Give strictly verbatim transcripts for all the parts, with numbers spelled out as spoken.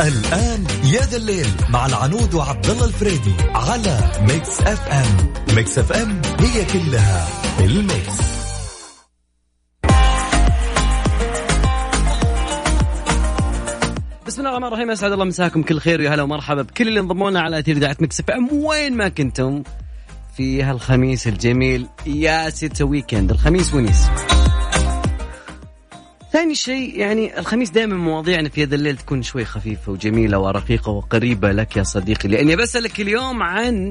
الآن يا ذا الليل مع العنود وعبد الله الفريدي على ميكس اف ام. ميكس اف ام هي كلها الميكس. بسم الله الرحمن الرحيم. اسعد الله مساكم كل خير ويا هلا ومرحبا بكل اللي انضمونا على اثير اذاعه ميكس اف ام وين ما كنتم في هالخميس الجميل. يا ستة ويكند، الخميس ونيس. ثاني شيء يعني الخميس دائما مواضيعنا في هذا الليل تكون شوي خفيفة وجميلة ورقيقة وقريبة لك يا صديقي، لأني بسألك اليوم عن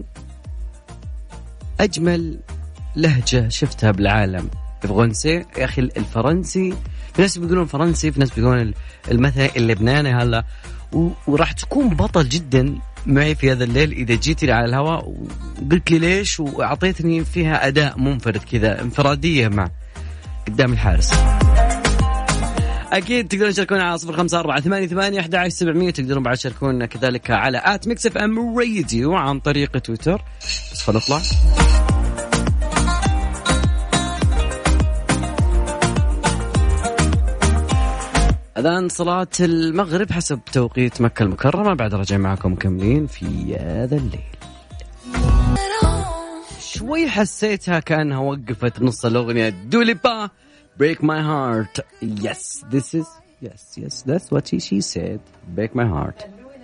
أجمل لهجة شفتها بالعالم. الفرنسي يا أخي، الفرنسي في ناس بيقولون فرنسي، في ناس بيقولون المثل اللبناني هلا، وراح تكون بطل جدا معي في هذا الليل إذا جيتي على الهواء وقلت لي ليش وأعطيتني فيها أداء منفرد كذا، انفرادية مع قدام الحارس. أكيد تقدرون تشاركونا على صفر خمسة أربعة ثمانية ثمانية أحد عشر سبعمية. تقدرون بعد تشاركونا كذلك على آت ميكس اف ام راديو عن طريق تويتر. بس خلنا نطلع. أذان صلاة المغرب حسب توقيت مكة المكرمة. بعد رجع معكم مكملين في هذا الليل. شوي حسيتها كأنها وقفت نص الأغنية. دوليبا Break my heart. Yes, this is yes, yes. That's what she, she said. Break my heart.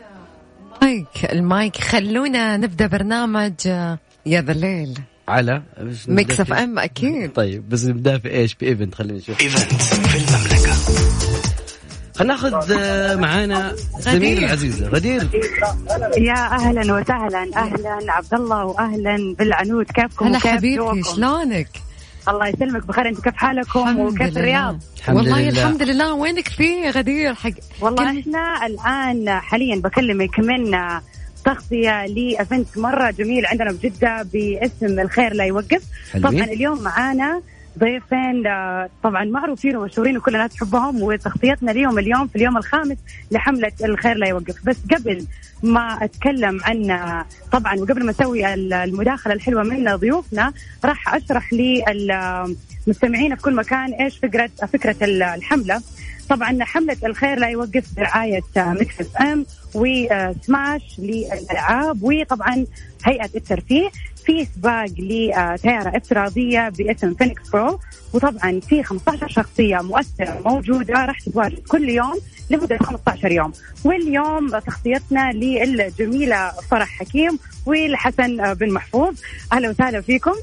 مايك المايك خلونا نبدأ برنامج يا ذا الليل على ميكس اف ام. أكيد. طيب بس نبدأ في إيش؟ في إيفنت. خلينا نشوف إيفنت في المملكة. خلنا ناخذ معانا زميل العزيزة غدير. يا أهلا وسهلا. أهلا عبد الله وأهلا بالعنود. كيفكم؟ هلا حبيبتي، شلونك؟ الله يسلمك بخير. انت كيف حالكم وكيف الرياض؟ والله لله. الحمد لله. وينك فيه غدير حق؟ والله كم... احنا الان حاليا بكلمك من تغطية لإيفنت مرة جميل عندنا بجدة باسم الخير لا يوقف. حلوين. طبعا اليوم معانا ضيفين طبعا معروفين ومشهورين وكل الناس تحبهم، وتغطيتنا اليوم اليوم في اليوم الخامس لحملة الخير لا يوقف. بس قبل ما أتكلم عن طبعا وقبل ما أسوي المداخلة الحلوة من ضيوفنا، راح أشرح للمستمعين في كل مكان إيش فكرة فكرة الحملة. طبعا حملة الخير لا يوقف برعاية ميكس اف ام وسماش للألعاب وطبعا هيئة الترفيه. في سباق لسيارة افتراضية باسم فينيكس برو، وطبعا في خمسة عشر شخصية مؤثرة موجودة راح تتواجد كل يوم لمدة خمسة عشر يوم. واليوم تغطيتنا للجميلة فرح حكيم والحسن بن محفوظ. أهلا وسهلا فيكم.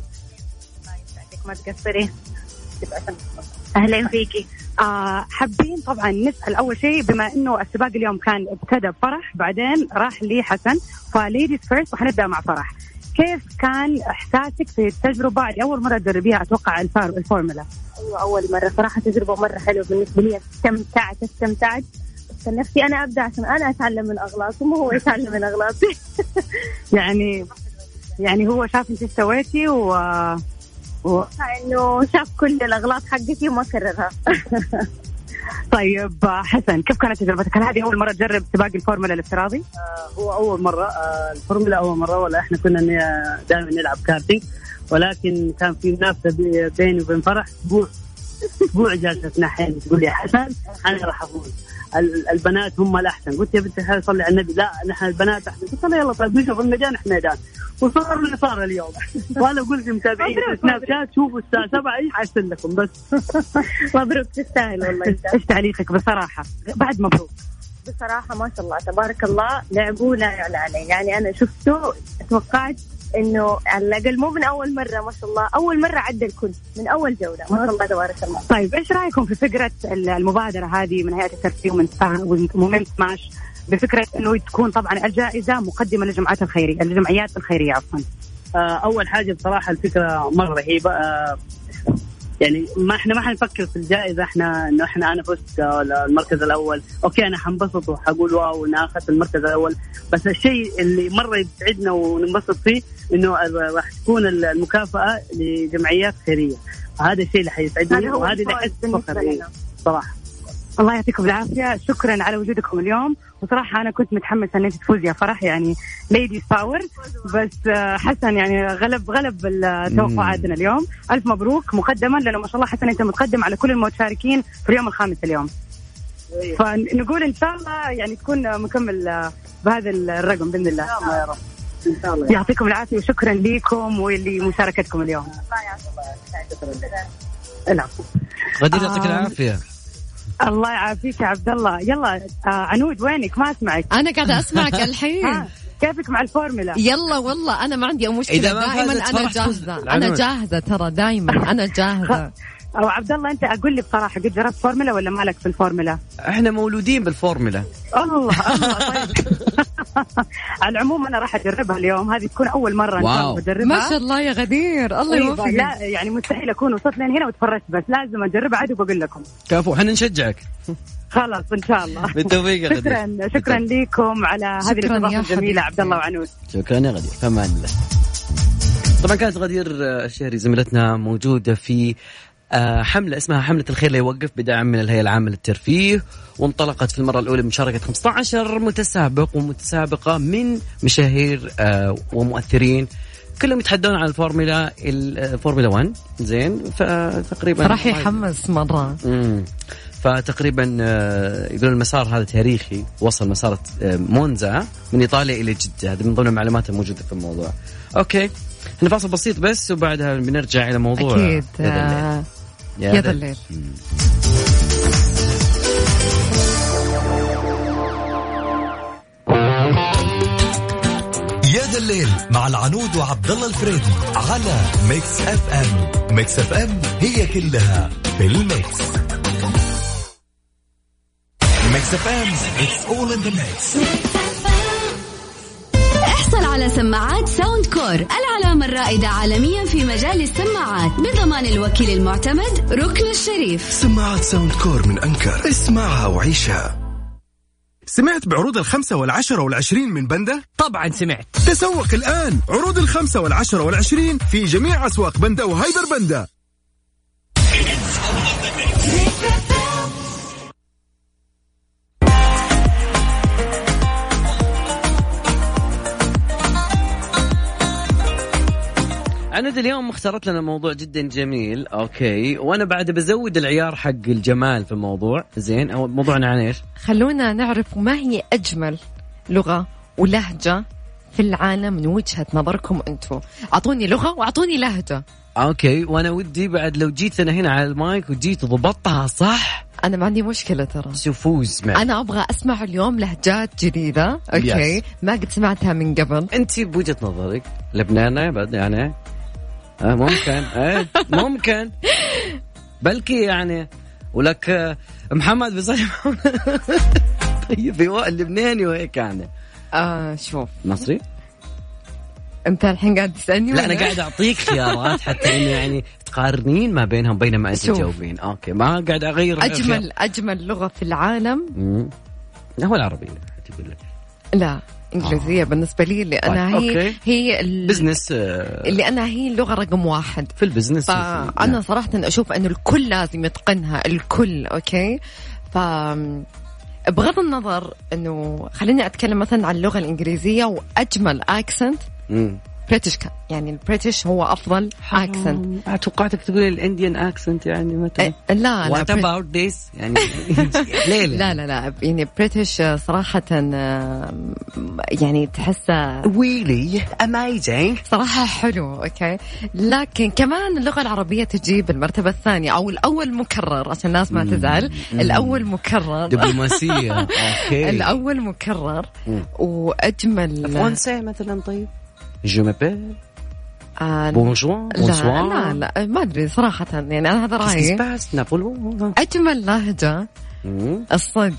ما تقصري. أهلا فيكي. آه حابين طبعا نسأل أول شيء، بما إنه السباق اليوم كان ابتدى بفرح بعدين راح لحسن، فليديز فيرست وحنبدأ مع فرح. كيف كان إحساسك في التجربة اللي أول مرة تجربيها؟ أتوقع الفار الفورمولا. أيوة أول مرة صراحة تجربة مرة حلوة بالنسبة لي. استمتعت استمتعت بس نفسي أنا أبدأ عشان أنا أتعلم من أغلاطي مو هو يتعلم من أغلاطي. يعني يعني هو شاف أنت سويتي و و... إنه شاف كل الأغلاط حقتي وما كررها. طيب حسن، كيف كانت تجربتك؟ هل هذه أول مرة تجرب سباق الفورمولا الافتراضي؟ آه هو أول مرة. آه الفورمولا أول مرة، ولا إحنا كنا دائما نلعب كارتينج، ولكن كان في منافسة بيني وبين فرح. أسبوع أسبوع جالسة ناحية تقول لي حسن أنا راح أفوز، البنات هم الأحسن. قلت يا بنت هذا صلي على النبي، لا نحن البنات أحسن. قلت له يلا طيب نشوف الميدان إحنا ميدان. وصار اللي صار اليوم. وأنا قلت لمتابعين سناب شات شوفوا الساعة سبعة إيش حاصل لكم. بس مبروك تستاهل والله. إيش تعليقك بصراحة بعد مبروك؟ بصراحة ما شاء الله تبارك الله لعبوا لا يعلى عليه. يعني أنا شفته توقعت إنه على الأقل مو من أول مرة، ما شاء الله أول مرة عدى الكل من أول جولة ما شاء الله تبارك الله. طيب إيش رأيكم في فكرة المبادرة هذه من هيئة الترفيه ومن سماش بفكرة إنه تكون طبعا الجائزة مقدمة للجمعيات الخيرية الجمعيات الخيرية عفوا؟ أول حاجة بصراحة الفكرة مرة رهيبة. يعني ما احنا ما حنفكر في الجائزة، احنا انه احنا انا فزت المركز الاول، اوكي انا حنبسط وحقول واو انا اخذت المركز الاول. بس الشيء اللي مرة يسعدنا وننبسط فيه انه راح تكون المكافأة لجمعيات خيرية. هذا الشيء اللي حيسعدني وهذا اللي حس فخر صراحة. الله يعطيكم العافية، شكرا على وجودكم اليوم. وصراحة أنا كنت متحمسة أن أنت تفوزي يا فرح، يعني ليدي باور. بس حسن يعني غلب غلب توقعاتنا اليوم. ألف مبروك مقدما، لأنه ما شاء الله حسن أنت متقدم على كل المشاركين في اليوم الخامس اليوم. فنقول إن شاء الله يعني تكون مكمل بهذا الرقم بإذن الله. يا رب إن شاء الله. يعطيكم العافية وشكرا لكم ولمشاركتكم اليوم. العفو. غدير يعطيك العافية. الله يعافيك يا عبد الله. يلا آه عنود وينك؟ ما أسمعك. أنا قاعدة أسمعك الحين. كيفك مع الفورمولا؟ يلا والله أنا ما عندي مشكلة، دائما أنا جاهزة. أنا جاهزة ترى دائما أنا جاهزة. أو عبد الله أنت أقول لي بصراحة قد جربت فورمولا ولا مالك في الفورمولا؟ إحنا مولودين بالفورمولا. الله الله طيب. على العموم أنا راح أجربها اليوم، هذه تكون أول مرة إن شاء الله أجربها. ما شاء الله يا غدير، الله يوفقك. لا يعني مستحيل أكون وصلت لين هنا وتفرجت، بس لازم أجربها عاد وبقول لكم. كفو، إحنا نشجعك. خلاص إن شاء الله. بالتوفيق يا غدير. شكرا شكرا لكم على هذه الاستضافة الجميلة عبد الله وعنود. شكرا يا غدير، فمان الله. طبعا كانت غدير الشهري زميلتنا موجودة في حملة اسمها حملة الخير لا يوقف بدعم من الهيئة العامة للترفيه، وانطلقت في المرة الأولى بمشاركة خمسة عشر متسابق ومتسابقة من مشاهير ومؤثرين كلهم يتحدون عن الفورمولا الفورمولا واحد. زين، فتقريبا راح يحمس مرة. امم فتقريبا يقولون المسار هذا تاريخي، وصل مسار مونزا من إيطاليا إلى جدة. هذه من ضمن المعلومات الموجودة في الموضوع. أوكي، احنا فاصل بسيط بس وبعدها بنرجع إلى موضوع أكيد يا ذا الليل. يا ذا الليل مع العنود وعبد الله الفريدي على ميكس اف ام. ميكس اف ام هي كلها في الميكس. ميكس اف ام it's all in the mix. احصل على سماعات ساوند كور، العلامة الرائدة عالميا في مجال السماعات بضمان الوكيل المعتمد ركن الشريف. سماعات ساوند كور من أنكر، اسمعها وعيشها. سمعت بعروض الخمسة والعشرة والعشرين من بندا؟ طبعا سمعت. تسوق الآن عروض الخمسة والعشرة والعشرين في جميع أسواق بندا وهايبر بندا. عنود اليوم اختارت لنا موضوع جدا جميل. اوكي، وانا بعد بزود العيار حق الجمال في الموضوع. زين، او موضوعنا عن ايش؟ خلونا نعرف ما هي اجمل لغة ولهجة في العالم من وجهة نظركم انتم. اعطوني لغة واعطوني لهجة. اوكي، وانا ودي بعد لو جيت انا هنا على المايك وجيت وضبطتها صح، انا ما عندي مشكلة ترى، سفوز معي. انا ابغى اسمع اليوم لهجات جديدة. اوكي، ما قد سمعتها من قبل. انت بوجهة نظرك لبنانية بعد يعني آه ممكن ايه ممكن بلكي يعني، ولك محمد بصيح. طيب في وائل لبناني وهيك يعني. آه شوف مصري. انت الحين قاعد تسألني؟ لا انا قاعد اعطيك خيارات حتى انه يعني تقارنين ما بينهم بينما انت تجاوبين. اوكي، ما قاعد اغير. اجمل خيار. اجمل لغة في العالم امم هو العربية تقول لك. لا إنجليزية. آه. بالنسبة لي لأنها طيب. هي أوكي. هي البزنس آه. لأنها هي اللغة رقم واحد في البزنس. فأنا نعم. صراحة أشوف أنه الكل لازم يتقنها، الكل. أوكي، ف بغض النظر أنه خليني أتكلم مثلا عن اللغة الإنجليزية، وأجمل أكسنت بريتش، يعني البريتش هو أفضل أكسنت. توقعتك تقول الإنديان أكسنت يعني مثلا. لا لا What about this يعني لا لا لا يعني بريتش صراحة يعني تحسه really amazing صراحة حلو. أوكي، لكن كمان اللغة العربية تجي بالمرتبة الثانية أو الأول مكرر عشان الناس ما تزعل. الأول مكرر دبلوماسية. أوكي، الأول مكرر وأجمل فرنسي مثلا. طيب جو مابيل آه بونجوار. لا لا لا ما أدري صراحة، يعني أنا هذا رأيي. أجمل لهجة الصدق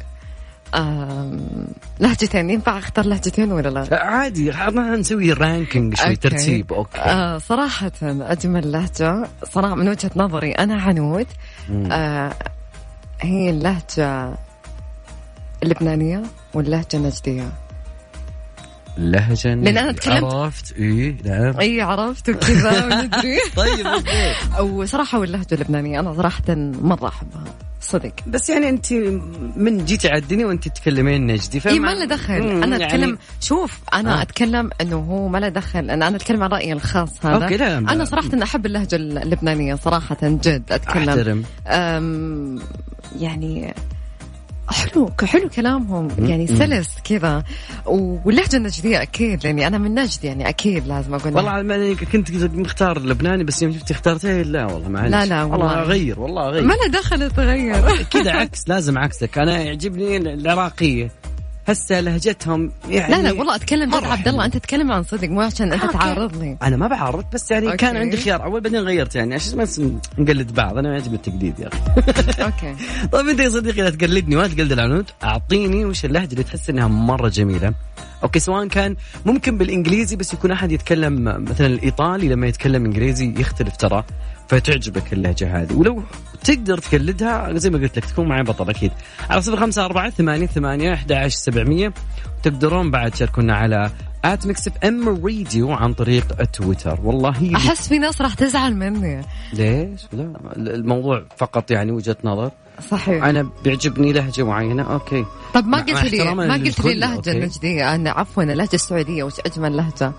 لهجتين. ينفع أختار لهجتين ولا لا؟ عادي، خلنا نسوي رانكينج شوي ترتيب. أوكي. آه صراحة أجمل لهجة صراحة من وجهة نظري أنا عنود آه هي اللهجة اللبنانية واللهجة النجدية. لهجة لأن أنا تكلمت عرفت إيه نعم إيه عرفت وكذا وندري. طيب أوكي. وصراحة واللهجة اللبنانية أنا صراحة مرة أحبها صدق. بس يعني أنت من جيتي عدني وأنت تتكلمين نجدي إيه ما له دخل. أنا أتكلم يعني شوف أنا آه. أتكلم إنه هو ما له دخل. أنا أنا أتكلم عن رأيي الخاص هذا. أوكي، لا أنا صراحة أنا أحب اللهجة اللبنانية صراحة جد. أتكلم أحترم أم يعني حلو حلو كلامهم يعني سلس كذا. واللهجة النجدية أكيد لأني أنا من نجد يعني أكيد لازم أقول. والله ما كنت مختار لبناني بس يوم شفتي اخترتيه لا والله معلش. لا لا والله أغير والله أغير ما له دخل تغير كذا عكس لازم عكسك. أنا يعجبني العراقية هسه لهجتهم يعني. لا لا والله أتكلم جد عبد الله أنت تتكلم عن صدق مو عشان أنت تعارضني. أنا ما بعارض بس يعني أوكي. كان عندي خيار أول بعدين غيرت يعني عشان ما نقلد بعض. أنا ما يعجب التقليد يا أخي أوكي. طيب أنت يا صديقي لا تقلدني ولا تقلد العنود. أعطيني وش اللهجة اللي تحس إنها مرة جميلة. أوكي سواء كان ممكن بالإنجليزي بس يكون أحد يتكلم مثلا الإيطالي لما يتكلم إنجليزي يختلف ترى فتعجبك اللهجة هذه. ولو تقدر تقلدها زي ما قلت لك تكون معي بطل أكيد. على صفر خمسة أربعة ثمانية ثمانية أحد عشر سبعمية. تقدرون بعد تشاركونا على آت ميكس اف ام راديو عن طريق تويتر. والله أحس في ناس راح تزعل مني. ليش؟ لا الموضوع فقط يعني وجهة نظر. صحيح. أنا بيعجبني لهجة معينة أوكي. طب ما قلت لي ما قلت لي اللهجة أوكي. النجدية أنا عفوا اللهجة السعودية وش أجمل لهجة؟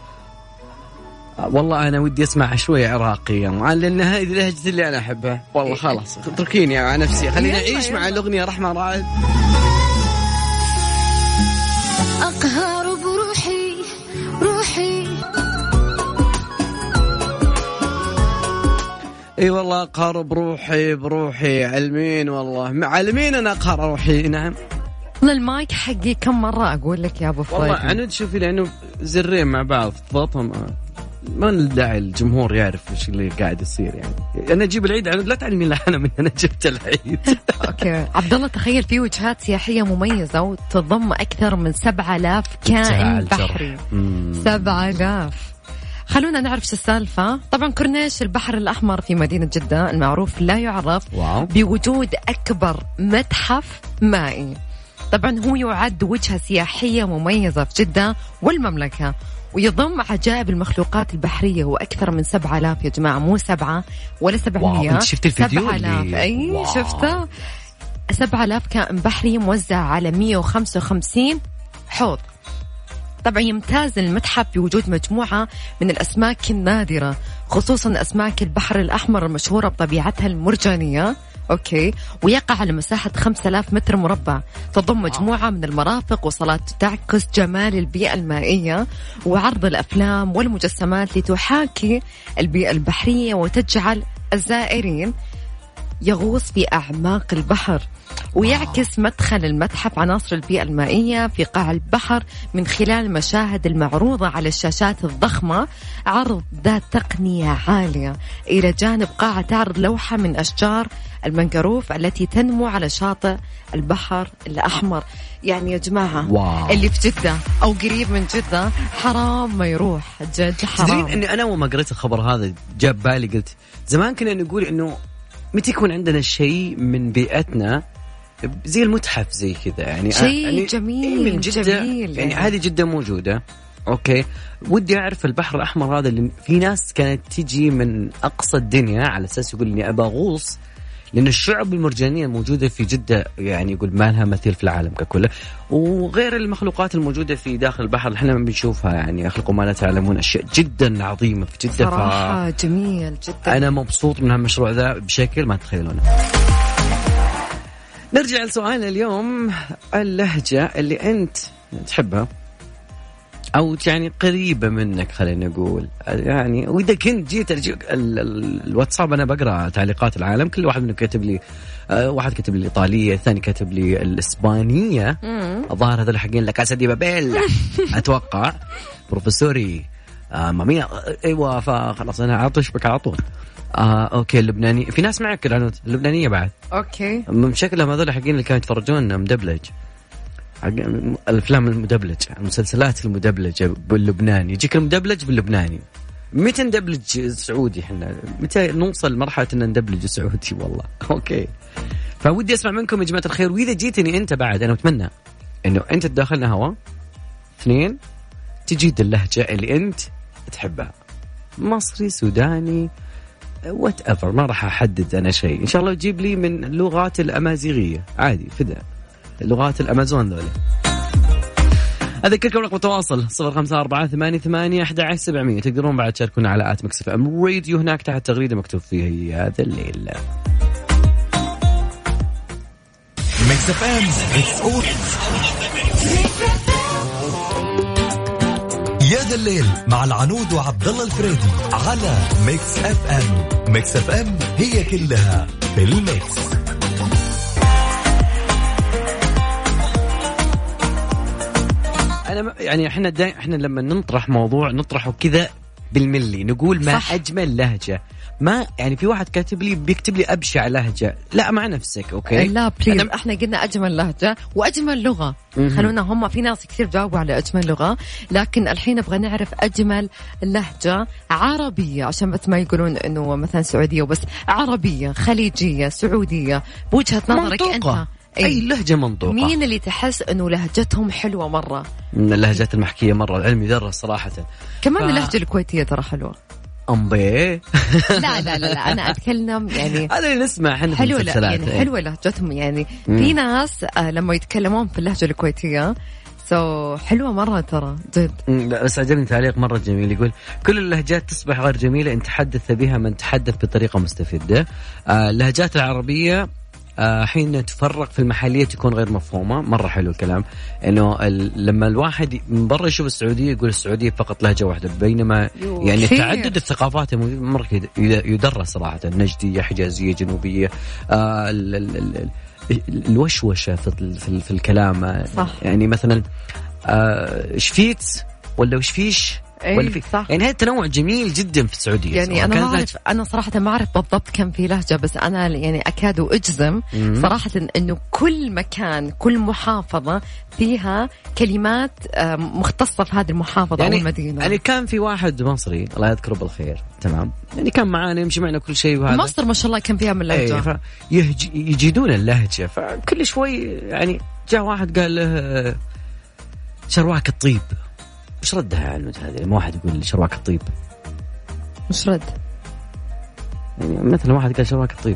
والله أنا ودي أسمع شوية عراقية لأن هذه لهجتي اللي أنا أحبها. والله خلاص اتركيني مع نفسي خليني أعيش مع الأغنية رحمة رائد. أقهر بروحي روحي. اي والله اقهر بروحي بروحي علمين والله علمين انا اقهر روحي. نعم المايك حقي كم مرة أقول لك يا أبو فؤاد والله عنود شوفي لأنه زرين مع بعض تضغطهم ما ندعي الجمهور يعرف ايش اللي قاعد يصير يعني. انا اجيب العيد عنود لا تعلمي لا انا من انا جبت العيد. اوكي عبد الله تخيل في وجهات سياحية مميزة وتضم أكثر من سبعة آلاف كائن بحري. سبعة آلاف. خلونا نعرف شو السالفة. طبعا كورنيش البحر الأحمر في مدينة جدة المعروف لا يعرف واو. بوجود أكبر متحف مائي. طبعا هو يعد وجهة سياحية مميزة في جدة والمملكة ويضم عجائب المخلوقات البحرية وأكثر من سبعة آلاف يا جماعة مو سبعة ولا سبعمية. انت شفت الفيديو سبعة آلاف أي شفته. سبعة آلاف كائن بحري موزع على مية وخمسة وخمسين حوض. طبعا يمتاز المتحف بوجود مجموعة من الأسماك النادرة خصوصا أسماك البحر الأحمر المشهورة بطبيعتها المرجانية. أوكي ويقع على مساحة خمسة آلاف متر مربع. تضم مجموعة من المرافق وصالات تعكس جمال البيئة المائية وعرض الأفلام والمجسمات لتحاكي البيئة البحرية وتجعل الزائرين يغوص في أعماق البحر. ويعكس مدخل المتحف عناصر البيئة المائية في قاع البحر من خلال المشاهد المعروضة على الشاشات الضخمة. عرض ذات تقنية عالية إلى جانب قاعة تعرض لوحة من أشجار المنقروف التي تنمو على شاطئ البحر الأحمر. يعني يا جماعة واو. اللي في جدة أو قريب من جدة حرام ما يروح جد حرام. تدرين أني أنا وما قريت الخبر هذا جاب بالي قلت زمان كنا نقول إنه متى يكون عندنا شيء من بيئتنا زي المتحف زي كذا يعني شيء يعني جميل من جدة جميل يعني هذه جدة موجودة. أوكي ودي أعرف البحر الأحمر هذا اللي في ناس كانت تيجي من أقصى الدنيا على أساس يقول إني أبى أغوص لأن الشعب المرجانية الموجودة في جدة يعني يقول ما لها مثيل في العالم ككله. وغير المخلوقات الموجودة في داخل البحر اللي احنا بنشوفها يعني يخلقوا ما لا تعلمون أشياء جدا عظيمة في جدة. صراحة ف... جميل جدا. أنا مبسوط من هالمشروع ذا بشكل ما تتخيلونه. نرجع لسؤال اليوم اللهجة اللي أنت تحبها أو يعني قريبة منك خلينا نقول يعني. وإذا كنت جيت الواتساب أنا بقرأ تعليقات العالم كل واحد منهم كتب لي آه واحد كتب لي الإيطالية الثاني كتب لي الإسبانية. الظاهر هذول حقين لك أسدي بابيل أتوقع بروفيسوري آه مامينا أيوة فخلاص أنا عاطش بك على طول. آه أوكي اللبناني في ناس معك العنود اللبنانية بعد أوكي من شكلهم هذول حقين اللي كانوا يتفرجون مدبلج الأفلام المدبلج المسلسلات المدبلجة باللبناني يجيك المدبلج باللبناني. متى ندبلج سعودي احنا متى نوصل مرحلة ان ندبلج سعودي والله. اوكي فودي اسمع منكم يا جماعة الخير. واذا جيتني انت بعد انا اتمنى انه انت تدخلنا هوا اثنين تجيد اللهجة اللي انت تحبها مصري سوداني وات ايفر ما راح احدد انا شيء. ان شاء الله تجيب لي من اللغات الامازيغية عادي فدا اللغات الأمازون ذولي. أذكركم رقم التواصل صفر خمسة أربعة ثمانية ثمانية أحد عشر سبعمية. تقدرون بعد تشاركونا على آت ميكس اف ام راديو هناك تحت تغريدة مكتوب فيها هذا الليل. ميكس اف ام it's all. يا ذا الليل مع العنود وعبد الله الفريدي على ميكس اف ام. ميكس اف ام هي كلها في الميكس. انا يعني احنا داي احنا لما نطرح موضوع نطرحه كذا بالملي، نقول ما صح. اجمل لهجه، ما يعني في واحد كاتب لي بيكتب لي ابشع لهجه، لا مع نفسك اوكي لا بليز أنا... احنا قلنا اجمل لهجه واجمل لغه. خلونا هم في ناس كثير جاوبوا على اجمل لغه، لكن الحين نبغى نعرف اجمل لهجه عربيه، عشان بس ما يقولون انه مثلا سعوديه وبس، عربيه خليجيه سعوديه بوجهه نظرك منطوقة. انت أي, أي لهجة منطوقة. مين اللي تحس أنه لهجتهم حلوة مرة؟ من اللهجات المحكية مرة العلم يدرس صراحة. كمان ف... اللهجة الكويتية ترى حلوة. أمبي لا لا لا لا أنا أتكلم يعني هذا اللي نسمع إحنا حلوة يعني حلوة لهجتهم يعني. مم. في ناس لما يتكلمون في اللهجة الكويتية سو حلوة مرة ترى جد. بس عجبني تعليق مرة جميل يقول كل اللهجات تصبح غير جميلة إن تحدث بها من تحدث بطريقة مستفيدة. آه اللهجات العربية آه حين تفرق في المحلية تكون غير مفهومة. مرة حلو الكلام إنه لما الواحد من برا يشوف السعودية يقول السعودية فقط لهجة واحدة، بينما يعني تعدد الثقافات مرة يدرس صراحة. نجدية، حجازية، جنوبية، آه ال ال ال الوشوشة في, في, في الكلام صح. يعني مثلا آه شفيت ولا وشفيش ولا في صح. يعني هذا التنوع جميل جدا في السعودية. يعني أنا ما أعرف، أنا صراحة ما أعرف بالضبط كم في لهجة، بس أنا يعني أكاد أجزم مم. صراحة إنه كل مكان كل محافظة فيها كلمات مختصة في هذه المحافظة يعني أو المدينة. يعني كان في واحد مصري الله يذكره بالخير تمام، يعني كان معانا يمشي معنا كل شيء، وهذا مصر ما شاء الله كان فيها من اللهجة يجيدون اللهجة. فكل شوي يعني جاء واحد قال له شرواك الطيب، وش ردها على هذه؟ ما واحد يقول شرواك الطيب وش رد؟ يعني مثلا واحد قال شرواك الطيب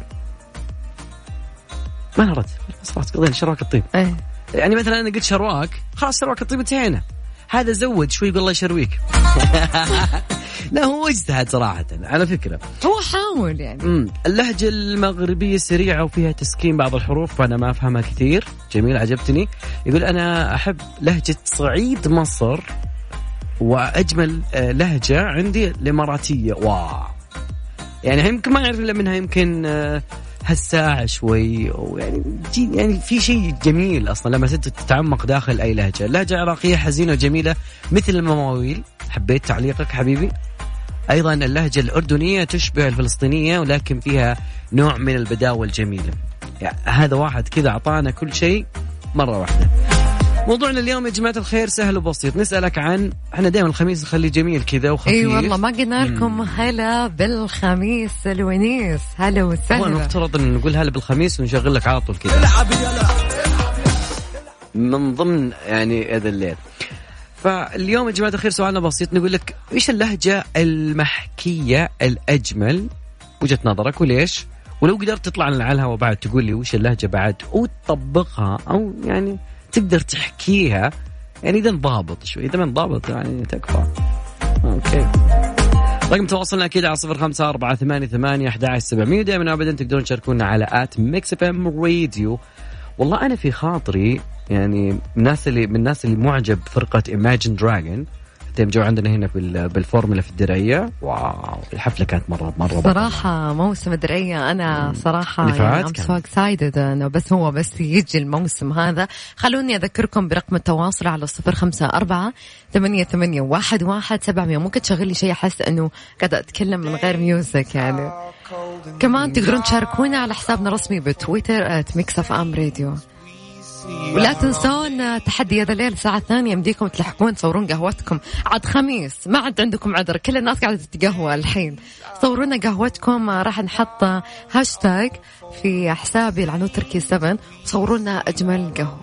ما أنا رد خلاص قضينا شرواك الطيب. ايه يعني مثلا أنا قلت شرواك خلاص شرواك الطيب انتهينا. هذا زود شوي يقول الله يشرويك. لا هو اجتهد صراحة على فكرة، هو حاول يعني. امم اللهجة المغربية سريعة وفيها تسكين بعض الحروف وأنا ما أفهمها كثير. جميل عجبتني. يقول أنا أحب لهجة صعيد مصر، وأجمل لهجة عندي الإماراتية. واو يعني يمكن ما يعرف إلا منها يمكن هالساعة شوي، ويعني يعني في شيء جميل أصلا لما تتعمق داخل أي لهجة. اللهجة العراقية حزينة وجميلة مثل المواويل. حبيت تعليقك حبيبي. أيضا اللهجة الأردنية تشبه الفلسطينية ولكن فيها نوع من البداوة الجميلة. يعني هذا واحد كذا أعطانا كل شيء مرة واحدة. موضوعنا اليوم يا جماعة الخير سهل وبسيط، نسألك عن احنا دائما الخميس نخليه جميل كذا وخفيف. اي أيوة والله ما قلنا لكم هلا بالخميس الونيس. هلا وسهلا. هو المفترض ان نقول هلا بالخميس ونشغل لك على طول كذا من ضمن يعني هذا الليل. فاليوم يا جماعة الخير سؤالنا بسيط، نقول لك ايش اللهجة المحكية الأجمل وجهة نظرك وليش؟ ولو قدرت تطلع لنا على الهواء بعد تقول لي وش اللهجة بعد وتطبقها أو يعني تقدر تحكيها، يعني إذا ضابط شوي، إذا من ضابط يعني تكفى. أوكي. رقم تواصلنا أكيد على صفر خمسة أربعة ثمانية ثمانية أحد عشر سبعمية. دائما أبدا تقدرون تشاركونا على آت ميكس اف ام راديو. والله أنا في خاطري يعني من الناس اللي من الناس اللي معجب فرقة Imagine Dragon. جو عندنا هنا في بالفورمولا في الدرعية. واو الحفلة كانت مرة مرة صراحة موسم الدرعية أنا صراحة يعني I'm so excited أنا بس هو بس يجي الموسم هذا. خلوني أذكركم برقم التواصل على صفر خمسة أربعة ثمانية ثمانية واحد واحد سبعمية. ممكن تشغل لي شيء أحس أنه قاعدة أتكلم من غير ميوزك يعني. كمان تقدرون تشاركونا على حسابنا الرسمي بتويتر @ميكس اف ام راديو. ولا تنسون تحدي هذا الليل الساعة الثانية يمديكم تلحقون تصورون قهوتكم. عاد خميس ما عاد عندكم عذر، كل الناس قاعدة تتقهوى الحين. صورونا قهوتكم، راح نحط هاشتاج في حسابي العنود تركي سبعة وصورونا أجمل قهوة.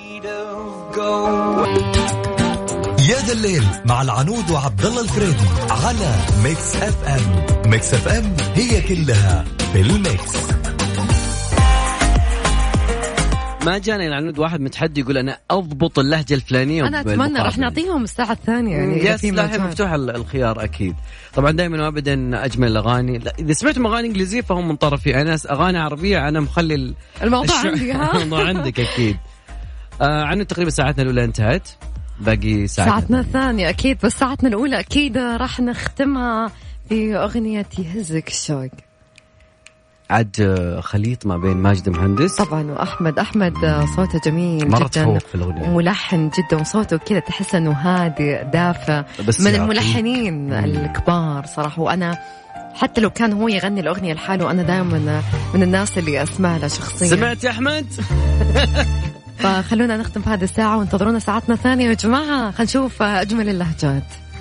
يا ذا الليل مع العنود وعبد الله الفريدي على ميكس اف ام. ميكس اف ام هي كلها في الميكس. ما جانا العنود واحد متحدي يقول أنا أضبط اللهجة الفلانية. أنا أتمنى راح نعطيهم الساعة الثانية يعني. يس لا مفتوح الخيار أكيد. طبعا دائما وأبدا أجمل الأغاني. إذا سمعتم أغاني إنجليزية فهم من طرفي أنا، أغاني عربية أنا مخلي الموضوع عندي. ها الموضوع عندك أكيد. آه عنو تقريبا ساعتنا الأولى انتهت، باقي ساعتنا, ساعتنا الثانية أكيد، بس ساعتنا الأولى أكيد راح نختمها بأغنية يهزك الشوق. عاد خليط ما بين ماجد مهندس طبعا وأحمد أحمد صوته جميل جدا وملحن جدا، وصوته كذا تحس أنه هادي دافع من الملحنين الكبار صراحة. وأنا حتى لو كان هو يغني الأغنية لحاله أنا دائما من الناس اللي أسمع له شخصيا. سمعت يا أحمد؟ فخلونا نختم في هذه الساعة وانتظرونا ساعتنا الثانية يا جماعة. خلينا نشوف أجمل اللهجات.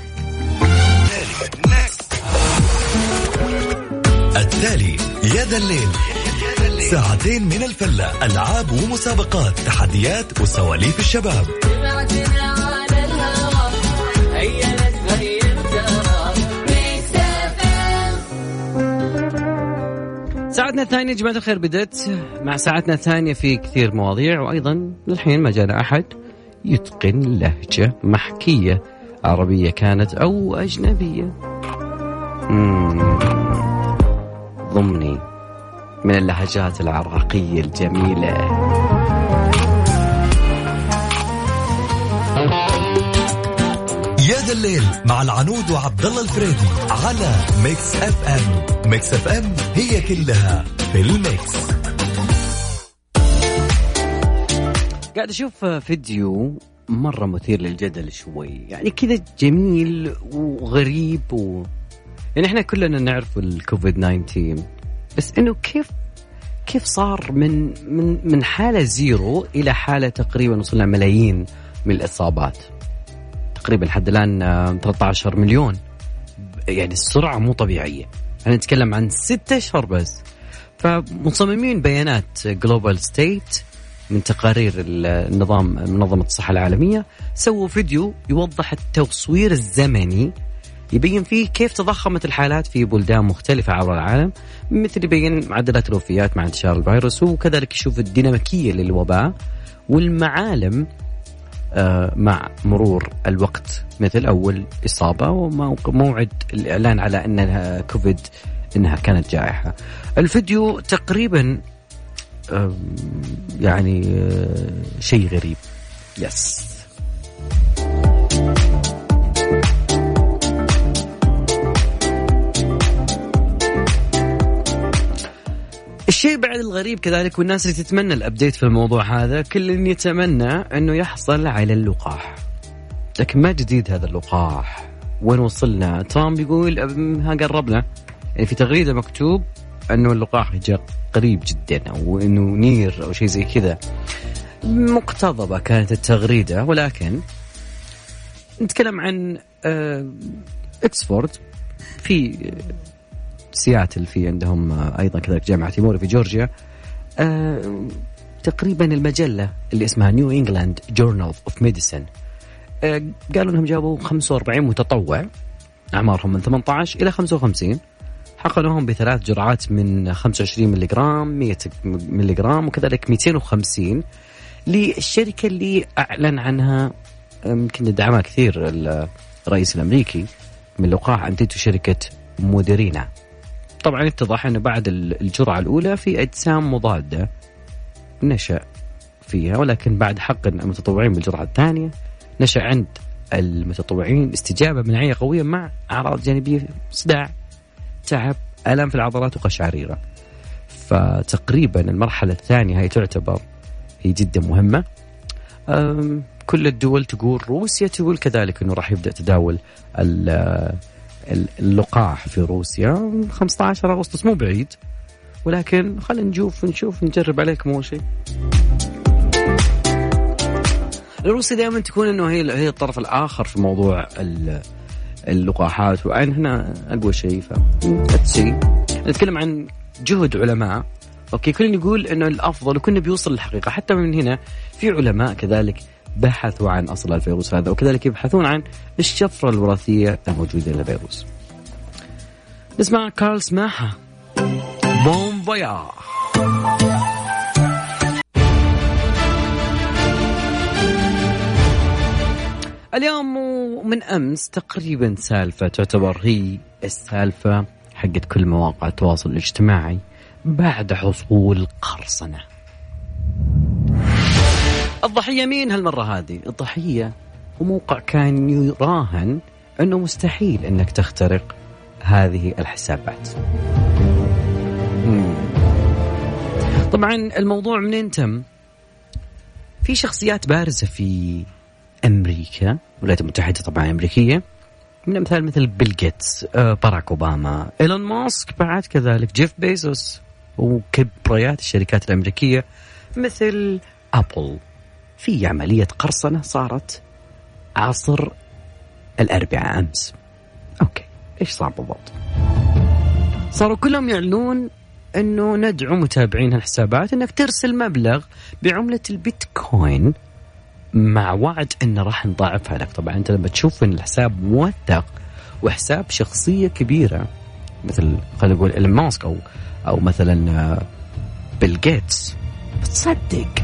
التالي يا ذا الليل، ساعتين من الفلة، ألعاب ومسابقات، تحديات وسواليف الشباب. ساعتنا الثانية يا جماعة الخير بدت مع ساعتنا الثانية في كثير مواضيع، وأيضا للحين ما جانا أحد يتقن لهجة محكية عربية كانت أو أجنبية. مم. ضمني من اللهجات العراقية الجميلة. يا ذا الليل مع العنود وعبد الله الفريدي على ميكس اف ام. ميكس اف ام هي كلها في الميكس. قاعد اشوف فيديو مرة مثير للجدل شوي، يعني كذا جميل وغريب و... يعني احنا كلنا نعرف الكوفيد تسعة عشر، بس انه كيف كيف صار من من من حالة زيرو الى حالة تقريبا وصلنا ملايين من الاصابات، تقريبا لحد الان ثلاثة عشر مليون. يعني السرعة مو طبيعية، احنا نتكلم عن ستة اشهر بس. فمصممين بيانات جلوبال ستيت من تقارير النظام منظمة الصحة العالمية سووا فيديو يوضح التصوير الزمني يبين فيه كيف تضخمت الحالات في بلدان مختلفة عبر العالم، مثل يبين معدلات الوفيات مع انتشار الفيروس، وكذلك يشوف الديناميكية للوباء والمعالم مع مرور الوقت، مثل أول إصابة وموعد الإعلان على أنها كوفيد أنها كانت جائحة. الفيديو تقريبا يعني شيء غريب. يس الشيء بعد الغريب كذلك، والناس اللي تتمنى الأبديت في الموضوع هذا، كل يتمنى أنه يحصل على اللقاح، لكن ما جديد هذا اللقاح. وين وصلنا؟ ترامب يقول ها قربنا، يعني في تغريدة مكتوب أنه اللقاح جاء قريب جدا، أو أنه نير أو شيء زي كذا. مقتضبة كانت التغريدة، ولكن نتكلم عن إكسفورد في سياتل، في عندهم أيضا كذلك جامعة تيموري في جورجيا. أه تقريبا المجلة اللي اسمها نيو إنجلاند جورنال أوف ميديسن أه قالوا أنهم جابوا خمسة وأربعين متطوع أعمارهم من ثمانية عشر إلى خمسة وخمسين، حقنوهم بثلاث جرعات من خمسة وعشرين ملغرام، مئة ملغرام، وكذلك مئتين وخمسين للشركة اللي أعلن عنها يمكن دعمها كثير الرئيس الأمريكي من لقاح أنتجته شركة موديرينا. طبعا اتضح أنه بعد الجرعة الأولى في أجسام مضادة نشأ فيها، ولكن بعد حقن المتطوعين بالجرعة الثانية نشأ عند المتطوعين استجابة مناعية قوية مع أعراض جانبية صداع، تعب، ألم في العضلات وقشعريرة. فتقريبا المرحلة الثانية هي تعتبر هي جدا مهمة. كل الدول تقول، روسيا تقول كذلك أنه راح يبدأ تداول اللقاح في روسيا خمسة عشر أغسطس، مو بعيد، ولكن خلينا نشوف نشوف نجرب عليكم أول شيء. روسيا دائما تكون أنه هي هي الطرف الآخر في موضوع اللقاحات، وعن هنا أقوى شيء. فأتسي نتكلم عن جهد علماء، أوكي، كلنا يقول إنه الأفضل وكنا بيوصل للحقيقة. حتى من هنا في علماء كذلك بحثوا عن أصل الفيروس هذا، وكذلك يبحثون عن الشفرة الوراثية الموجودة للفيروس. نسمع كارل سماحة بون فوياج. اليوم ومن أمس تقريبا سالفة تعتبر هي السالفة حقت كل مواقع التواصل الاجتماعي بعد حصول قرصنة. الضحية مين هالمرة هذه؟ الضحية هو موقع كان يراهن أنه مستحيل أنك تخترق هذه الحسابات. مم. طبعا الموضوع منين تم؟ في شخصيات بارزة في أمريكا، الولايات المتحدة طبعا أمريكية، من أمثال مثل بيل جيتس، باراك أوباما، إيلون ماسك، بعد كذلك جيف بيزوس، وكبريات الشركات الأمريكية مثل أبل. في عملية قرصنة صارت عصر الأربعاء أمس. أوكي، إيش صار بالضبط؟ صاروا كلهم يعلنون أنه ندعو متابعين الحسابات أنك ترسل مبلغ بعملة البيتكوين مع وعد أنه راح نضاعفها لك. طبعا أنت لما تشوف أن الحساب موثق وحساب شخصية كبيرة مثل خلينا نقول إيلون ماسك أو أو مثلا بيل جيتس بتصدق.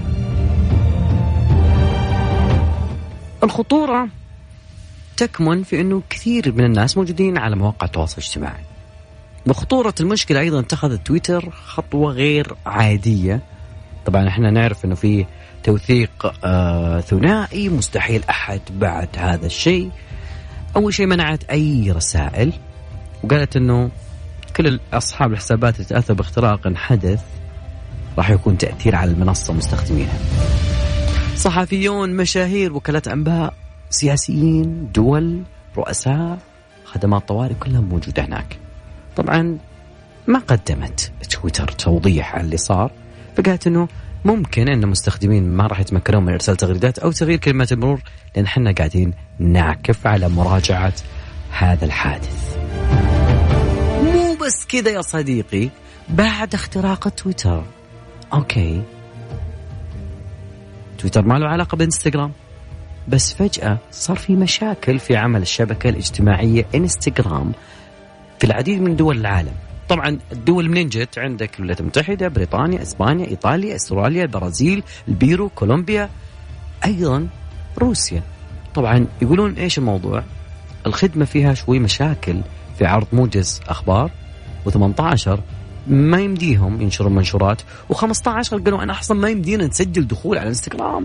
الخطورة تكمن في أنه كثير من الناس موجودين على مواقع التواصل الاجتماعي. بخطورة المشكلة أيضا اتخذ تويتر خطوة غير عادية. طبعا احنا نعرف أنه في توثيق آه ثنائي، مستحيل أحد بعد هذا الشيء. أول شيء منعت أي رسائل، وقالت أنه كل أصحاب الحسابات اللي تأثر باختراق حدث راح يكون تأثير على المنصة مستخدمينها. صحفيون، مشاهير، وكالات أنباء، سياسيين، دول، رؤساء، خدمات طوارئ، كلهم موجودة هناك. طبعا ما قدمت تويتر توضيح على اللي صار، فقالت أنه ممكن أن مستخدمين ما راح يتمكنون من إرسال تغريدات أو تغيير كلمات المرور، لأن حنا قاعدين نعكف على مراجعة هذا الحادث. مو بس كذا يا صديقي، بعد اختراق تويتر، أوكي، تويتر ما له علاقة بإنستغرام، بس فجأة صار في مشاكل في عمل الشبكة الاجتماعية إنستغرام في العديد من دول العالم. طبعا الدول منين جت؟ عندك الولايات المتحدة، بريطانيا، إسبانيا، إيطاليا، أستراليا، البرازيل، البيرو، كولومبيا، أيضا روسيا. طبعا يقولون إيش الموضوع؟ الخدمة فيها شوي مشاكل في عرض موجز أخبار، وثمانية عشر ما يمديهم ينشرون منشورات، وخمسة عشر قالوا أنا أصلا ما يمدينا نسجل دخول على انستغرام.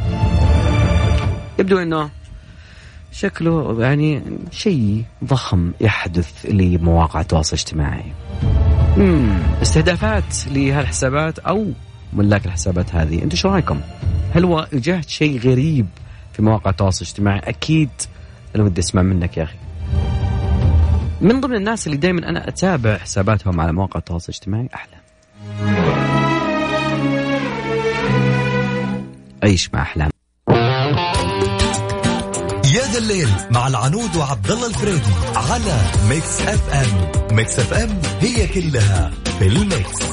يبدو أنه شكله يعني شيء ضخم يحدث لمواقع التواصل الاجتماعي. مم. استهدافات لهالحسابات أو ملاك الحسابات هذه، أنتوا شو رأيكم؟ هل واجهت شيء غريب في مواقع التواصل الاجتماعي؟ أكيد أنا بدي أسمع منك يا أخي. من ضمن الناس اللي دايما أنا أتابع حساباتهم على مواقع التواصل الاجتماعي أحلام. عيش مع أحلام. يا ذا الليل مع العنود وعبد الله الفريدي على ميكس اف ام. ميكس اف ام هي كلها في الميكس.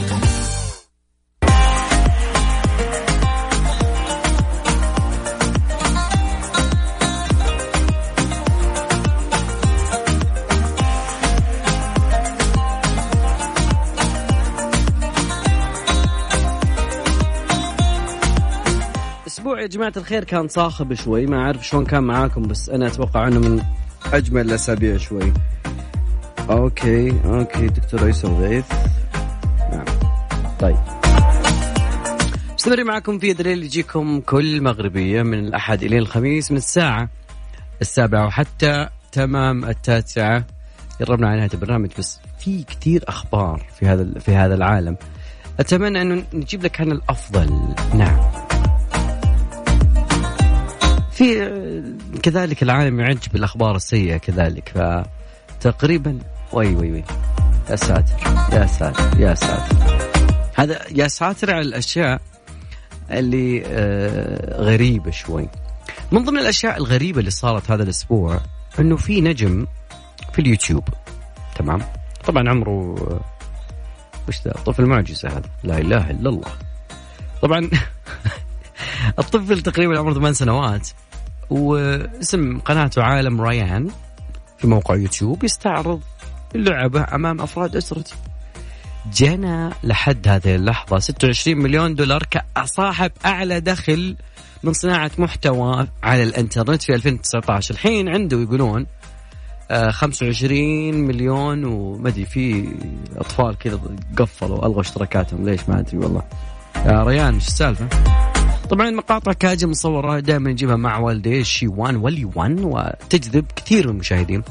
أسبوع يا جماعة الخير كان صاخب شوي، ما أعرف شلون كان معاكم، بس أنا أتوقع أنه من أجمل الأسابيع شوي. أوكي أوكي دكتور عيسى وغيث. نعم طيب، مستمرين معكم في دليل يجيكم كل مغربية من الأحد إلى الخميس من الساعة السابعة وحتى تمام التاسعة. قربنا على نهاية البرنامج، بس في كتير أخبار في هذا في هذا العالم. أتمنى أنه نجيب لك عن الأفضل. نعم، في كذلك العالم يعج بالأخبار السيئة كذلك، فتقريبا وي وي وي يا ساتر يا ساتر يا ساتر، هذا يا ساتر على الأشياء اللي آه غريبة شوي. من ضمن الأشياء الغريبة اللي صارت هذا الأسبوع أنه في نجم في اليوتيوب، تمام، طبعا عمره وش ذا طفل معجزة هذا، لا إله إلا الله. طبعا الطفل تقريبا عمره ثمان سنوات، واسم قناته عالم ريان في موقع يوتيوب، يستعرض اللعبة أمام أفراد أسرته. جنى لحد هذه اللحظة ستة وعشرين مليون دولار كصاحب أعلى دخل من صناعة محتوى على الانترنت في ألفين وتسعة عشر. الحين عنده يقولون خمسة وعشرين مليون ومدري في أطفال كذا قفلوا ألغوا اشتراكاتهم ليش ما أدري والله. يا ريان إيش السالفة؟ طبعا مقاطع كاجة مصورة دائما نجيبها مع والديه شيوان وليوان وتجذب كثير من المشاهدين.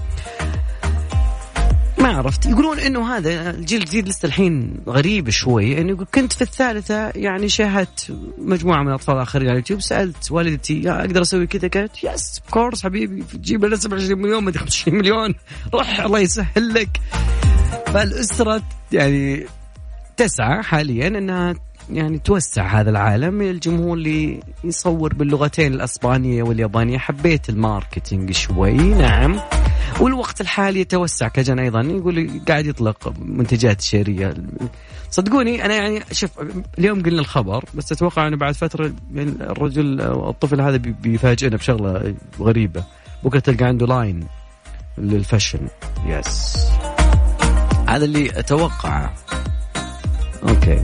ما عرفت يقولون إنه هذا الجيل الجديد لسه الحين غريب شوي. إنه كنت في الثالثة يعني شاهدت مجموعة من الأطفال آخرين على اليوتيوب سألت والدتي يا أقدر أسوي كذا؟ قالت يس كورس حبيبي تجيب لنا سبعة وعشرين مليون ما خمسة وعشرين مليون روح الله يسهل لك. فالأسرة يعني تسعى حاليا أنها يعني توسع هذا العالم. الجمهور اللي يصور باللغتين الأسبانية واليابانية حبيت الماركتينج شوي نعم. والوقت الحالي يتوسع كجن أيضا يقول قاعد يطلق منتجات شهرية. صدقوني أنا يعني شوف اليوم قلنا الخبر بس أتوقع أنه بعد فترة يعني الرجل الطفل هذا بيفاجئنا بشغلة غريبة. بكرة تلقى عنده لاين للفاشن يس هذا اللي أتوقعه. أوكي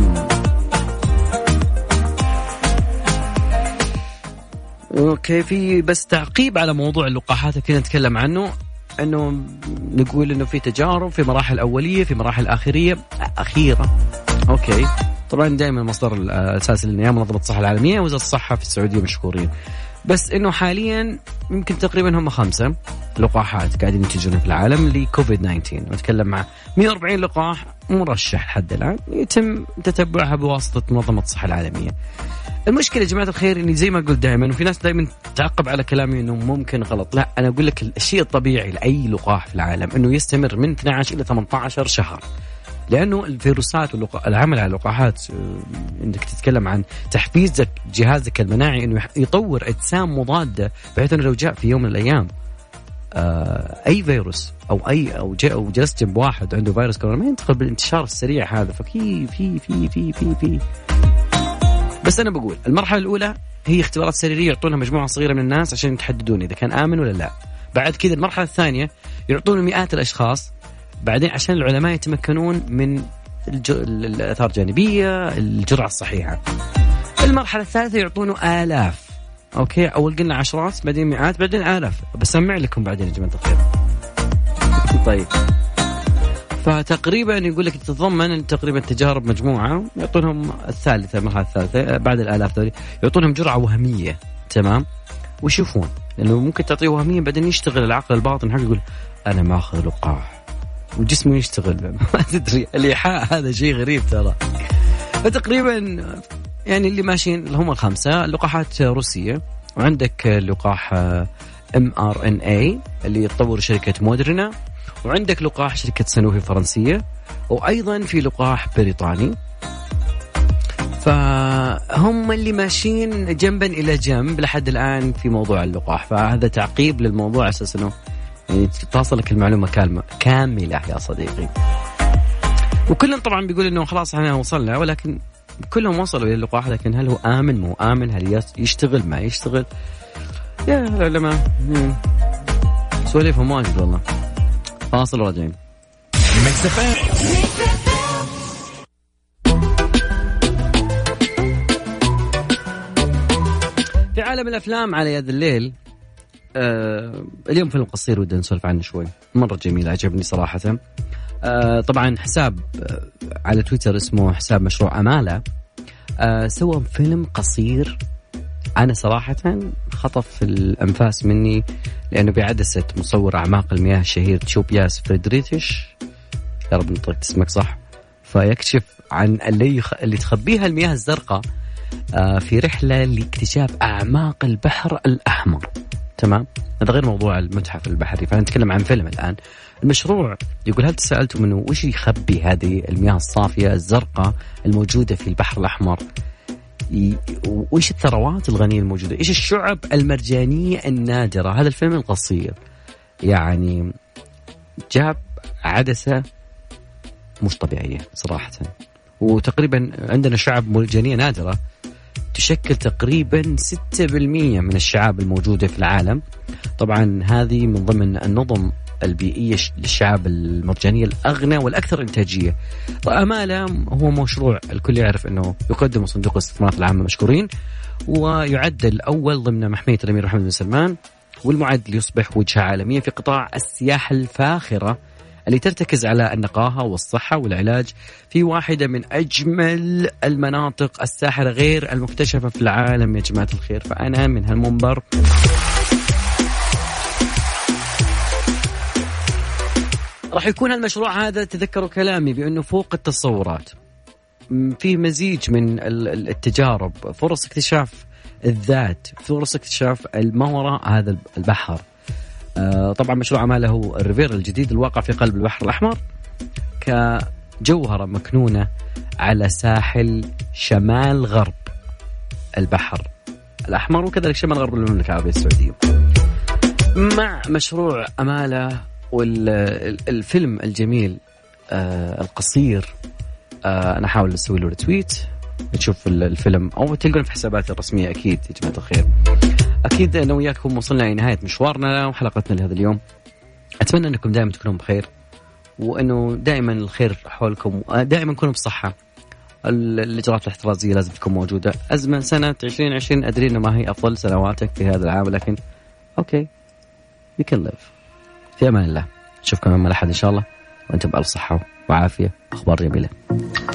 اوكي في بس تعقيب على موضوع اللقاحات كنا نتكلم عنه انه نقول انه في تجارب في مراحل اوليه في مراحل اخريه اخيره. اوكي طبعا دائما المصدر الاساسي للنيام منظمه الصحه العالميه وزاره الصحه في السعوديه مشكورين. بس انه حاليا يمكن تقريبا هم خمسه لقاحات قاعدين ينتجون في العالم لكوفيد تسعة عشر. نتكلم مع مئة وأربعين لقاح مرشح لحد الان يتم تتبعها بواسطه منظمه الصحه العالميه. المشكلة يا جماعة الخير إني زي ما قلت دائما وفي ناس دائما تعقب على كلامي إنه ممكن غلط. لا أنا أقول لك الشيء الطبيعي لأي لقاح في العالم إنه يستمر من اثنا عشر إلى ثمانية عشر شهر. لأنه الفيروسات والعمل على اللقاحات إنك تتكلم عن تحفيز جهازك المناعي إنه يطور أجسام مضادة بحيث إنه لو جاء في يوم من الأيام أي فيروس أو أي أو جاء أو جلست جنب واحد عنده فيروس كورونا ما ينتقل بالانتشار السريع هذا. فكي في في في في في بس أنا بقول المرحلة الأولى هي اختبارات سريرية يعطونها مجموعة صغيرة من الناس عشان يتحددون إذا كان آمن ولا لا. بعد كذا المرحلة الثانية يعطون مئات الأشخاص بعدين عشان العلماء يتمكنون من الج... الآثار الجانبية الجرعة الصحيحة. المرحلة الثالثة يعطونه آلاف. أوكي أول قلنا عشرات بعدين مئات بعدين آلاف. بسمع لكم بعدين يا جماعة الخير. طيب فتقريبا يقول لك تتضمن تقريبا تجارب مجموعة يعطونهم الثالثة المرحلة الثالثة بعد الآلاف ذولي يعطونهم جرعة وهمية تمام ويشوفون لأنه ممكن تعطيه وهمية بعدين يشتغل العقل الباطن حقه يقول أنا ما أخذ لقاح وجسمه يشتغل ما تدري. الإيحاء هذا شيء غريب ترى. فتقريبا يعني اللي ماشيين اللي هم الخمسة لقاحات روسية وعندك لقاح إم آر إن إيه اللي يطور شركة مودرنا وعندك لقاح شركة سانوفي فرنسية وأيضا في لقاح بريطاني. فهم اللي ماشيين جنبا إلى جنب لحد الآن في موضوع اللقاح. فهذا تعقيب للموضوع أساس أنه يعني تصلك المعلومة كاملة كاملة يا صديقي. وكلهم طبعا بيقول أنه خلاص احنا وصلنا ولكن كلهم وصلوا إلى اللقاح لكن هل هو آمن مو آمن هل يشتغل ما يشتغل يا العلماء سواليفهم واجد والله. فاصل راجعين. في عالم الأفلام على يد الليل آه اليوم فيلم قصير ودنا نسولف عنه شوي مرة جميل عجبني صراحة. آه طبعا حساب آه على تويتر اسمه حساب مشروع أمالة آه سوى فيلم قصير. أنا صراحة خطف الأنفاس مني لأنه بعدسة مصور أعماق المياه الشهير تشوبياس فريدريتش يا رب نطلق اسمك صح. فيكشف عن اللي, يخ... اللي تخبيها المياه الزرقاء في رحلة لاكتشاف أعماق البحر الأحمر. تمام هذا غير موضوع المتحف البحري. فنتكلم عن فيلم الآن. المشروع يقول هل تسألتم منه وش يخبي هذه المياه الصافية الزرقاء الموجودة في البحر الأحمر وإيش الثروات الغنية الموجودة إيش الشعب المرجانية النادرة. هذا الفيلم القصير يعني جاب عدسة مش طبيعية صراحة. وتقريبا عندنا شعب مرجانية نادرة تشكل تقريبا ستة بالمئة من الشعاب الموجودة في العالم. طبعا هذه من ضمن النظم البيئية للشعاب المرجانية الأغنى والأكثر إنتاجية. أمالة هو مشروع الكل يعرف أنه يقدم صندوق الاستثمارات العامة مشكورين، ويعد الأول ضمن محمية الأمير محمد بن سلمان، والمعد ليصبح وجهة عالمية في قطاع السياحة الفاخرة اللي ترتكز على النقاهة والصحة والعلاج في واحدة من أجمل المناطق الساحرة غير المكتشفة في العالم يا جماعة الخير. فأنا من هالمنبر راح يكون هالمشروع هذا، تذكروا كلامي بأنه فوق التصورات، في مزيج من التجارب، فرص اكتشاف الذات، فرص اكتشاف ما وراء هذا البحر. طبعا مشروع أمالة هو الريفير الجديد الواقع في قلب البحر الأحمر كجوهرة مكنونة على ساحل شمال غرب البحر الأحمر، وكذلك شمال غرب المملكة العربية السعودية. مع مشروع أمالة والفيلم الجميل القصير، أنا حاول أسوي له ريتويت، تشوف الفيلم أو تلقون في حساباتي الرسمية أكيد يا جماعة الخير. أكيد أنا وياكم وصلنا إلى نهاية مشوارنا وحلقتنا لهذا اليوم. أتمنى أنكم دائما تكونوا بخير، وأنه دائما الخير حولكم، دائما كونوا بصحة. الإجراءات الاحترازية لازم تكون موجودة. أزمة سنة عشرين عشرين أدري أنه ما هي أفضل سنواتك في هذا العام، لكن أوكي you can live. في أمان الله، نشوفكم يوم الأحد إن شاء الله وأنتم بألف صحة وعافية. أخبار جميلة.